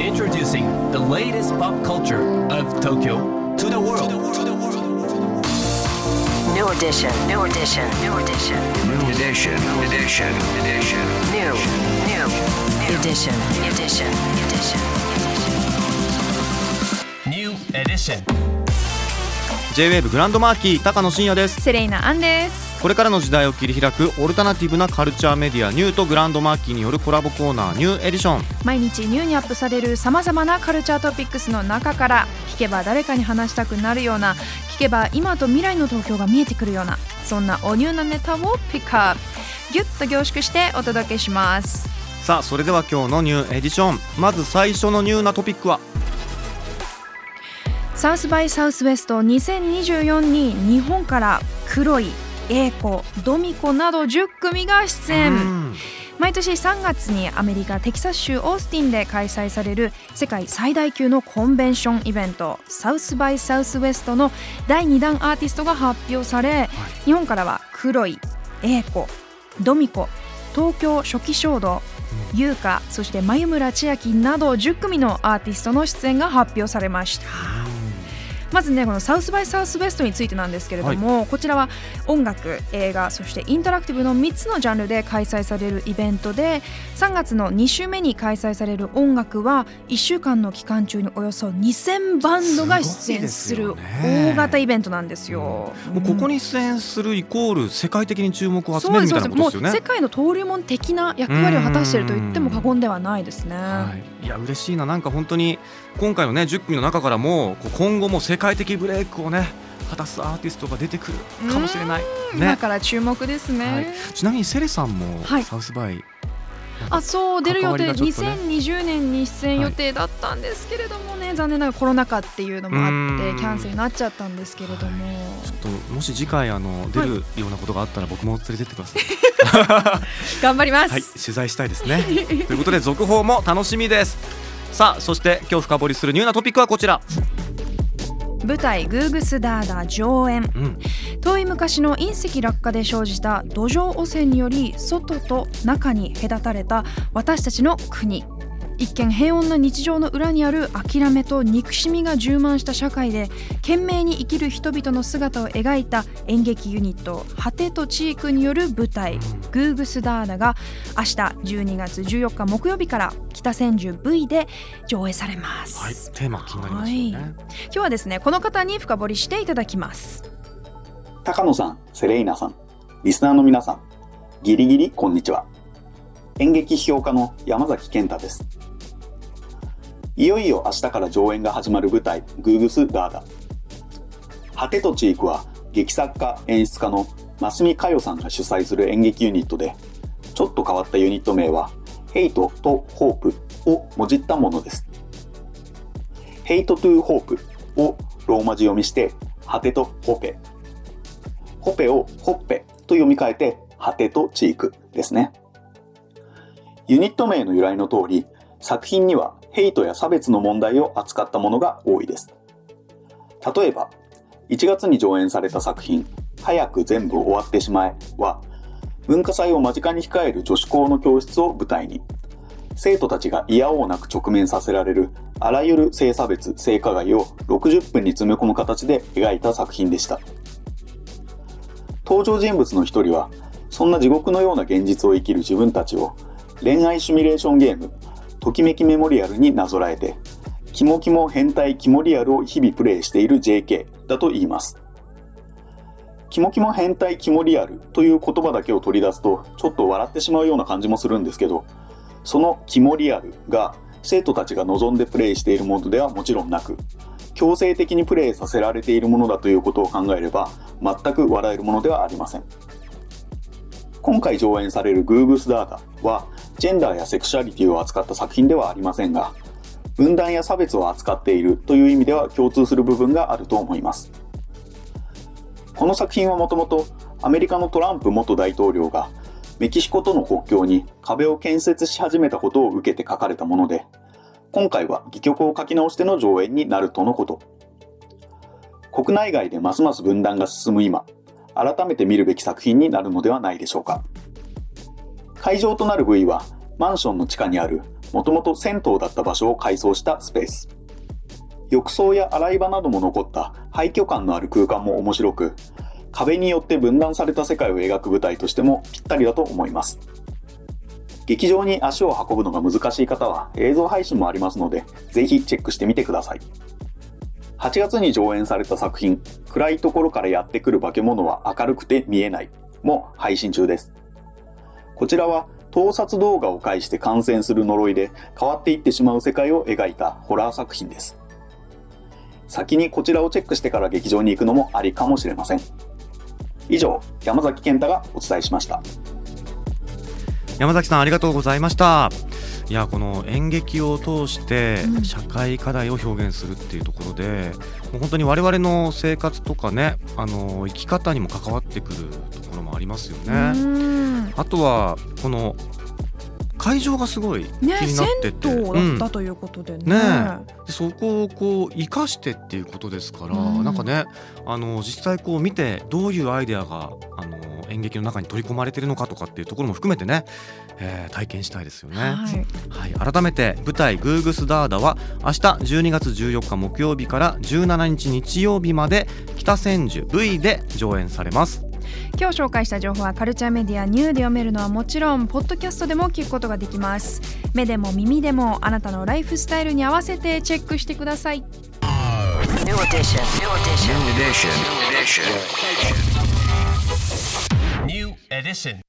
Introducing the latest pop culture of Tokyo to the world. New edition, new edition, new edition, New edition, edition, edition. new edition, edition, edition. New edition. J-WAVE グランドマーキー高野真也です。 セレイナアンです。 これからの時代を切り開くオルタナティブなカルチャーメディアニューとグランドマーキーによるコラボコーナーニューエディション。 毎日ニューにアップされるさまざまなカルチャートピックスの中から聞けば誰かに話したくなるような、聞けば今と未来の東京が見えてくるような、そんなおニューなネタをピックアップギュッと凝縮してお届けします。 さあそれでは今日のニューエディション、まず最初のニューなトピックはサウスバイサウスウェスト2024に日本から黒い、エイコ、ドミコなど10組が出演。毎年3月にアメリカテキサス州オースティンで開催される世界最大級のコンベンションイベントサウスバイサウスウェストの第2弾アーティストが発表され、日本からは黒い、エイコ、ドミコ、東京初期衝動、優香、そして眉村千秋など10組のアーティストの出演が発表されました。まずね、このサウスバイサウスウェストについてなんですけれども、こちらは音楽、映画、そしてインタラクティブの3つのジャンルで開催されるイベントで、3月の2週目に開催される音楽は1週間の期間中におよそ2000バンドが出演する大型イベントなんですよ。 もうここに出演するイコール世界的に注目を集めるみたいなことですよね。 もう世界の登竜門的な役割を果たしていると言っても過言ではないですね。 いや嬉しいな。なんか本当に今回のね10組の中からも今後も世界的ブレイクをね果たすアーティストが出てくるかもしれない、 今から注目ですね。 ちなみにセレさんもサウスバイ、 そう出る予定、 関わりがちょっとね 2020年に出演予定だったんですけれどもね、残念ながらコロナ禍っていうのもあってキャンセルになっちゃったんですけれども、 ちょっともし次回出るようなことがあったら僕も連れてってください。 頑張ります、 取材したいですね。ということで続報も楽しみです。さあそして今日深掘りするニューなトピックはこちら。 舞台グーグスダーダ上演、遠い昔の隕石落下で生じた土壌汚染により外と中に隔たれた私たちの国。一見平穏な日常の裏にある諦めと憎しみが充満した社会で懸命に生きる人々の姿を描いた演劇ユニット果てとチークによる舞台グーグスダーダが明日12月14日木曜日から北千住 V で上映されます。 テーマ気になりますよね。 今日はですねこの方に深掘りしていただきます。 高野さん、セレイナさん、リスナーの皆さん、ギリギリこんにちは。演劇批評家の山崎健太です。いよいよ明日から上演が始まる舞台グーグスダーダ。果てとチークは劇作家演出家の増見佳代さんが主催する演劇ユニットで、ちょっと変わったユニット名はヘイトとホープをもじったものです。ヘイトトゥーホープをローマ字読みして果てとホペ、ホペをホッペと読み替えて果てとチークですね。ユニット名の由来の通り、作品にはヘイトや差別の問題を扱ったものが多いです。例えば、1月に上演された作品、早く全部終わってしまえは、文化祭を間近に控える女子校の教室を舞台に、生徒たちが嫌おうなく直面させられるあらゆる性差別、性加害を60分に詰め込む形で描いた作品でした。登場人物の一人は、そんな地獄のような現実を生きる自分たちを恋愛シミュレーションゲーム、ときめきメモリアルになぞらえて、キモキモ変態キモリアルを日々プレイしている JK だと言います。キモキモ変態キモリアルという言葉だけを取り出すと、ちょっと笑ってしまうような感じもするんですけど、そのキモリアルが生徒たちが望んでプレイしているものではもちろんなく、強制的にプレイさせられているものだということを考えれば、全く笑えるものではありません。今回上演されるグーグスダーダは、ジェンダーやセクシュアリティを扱った作品ではありませんが、分断や差別を扱っているという意味では共通する部分があると思います。この作品はもともとアメリカのトランプ元大統領がメキシコとの国境に壁を建設し始めたことを受けて書かれたもので、今回は戯曲を書き直しての上演になるとのこと。国内外でますます分断が進む今、改めて見るべき作品になるのではないでしょうか。会場となる部位はマンションの地下にあるもともと銭湯だった場所を改装したスペース。浴槽や洗い場なども残った廃墟感のある空間も面白く、壁によって分断された世界を描く舞台としてもぴったりだと思います。劇場に足を運ぶのが難しい方は映像配信もありますので、ぜひチェックしてみてください。8月に上演された作品、暗いところからやってくる化け物は明るくて見えないも配信中です。こちらは盗撮動画を介して感染する呪いで変わっていってしまう世界を描いたホラー作品です。先にこちらをチェックしてから劇場に行くのもありかもしれません。以上、山崎健太がお伝えしました。 山崎さんありがとうございました。いや、この演劇を通して社会課題を表現するっていうところで、もう本当に我々の生活とかね、生き方にも関わってくるところもありますよね。あとはこの会場がすごい気になってて、 銭湯だったということでね、 そこをこう生かしてっていうことですから、なんかね、実際こう見てどういうアイデアが演劇の中に取り込まれているのかとかっていうところも含めてね、体験したいですよね。はい、改めて舞台グーグスダーダは明日12月14日木曜日から17日日曜日まで北千住 V で上演されます。 今日紹介した情報はカルチャーメディアニューで読めるのはもちろん、ポッドキャストでも聞くことができます。目でも耳でもあなたのライフスタイルに合わせてチェックしてください。 New edition. New edition. New edition.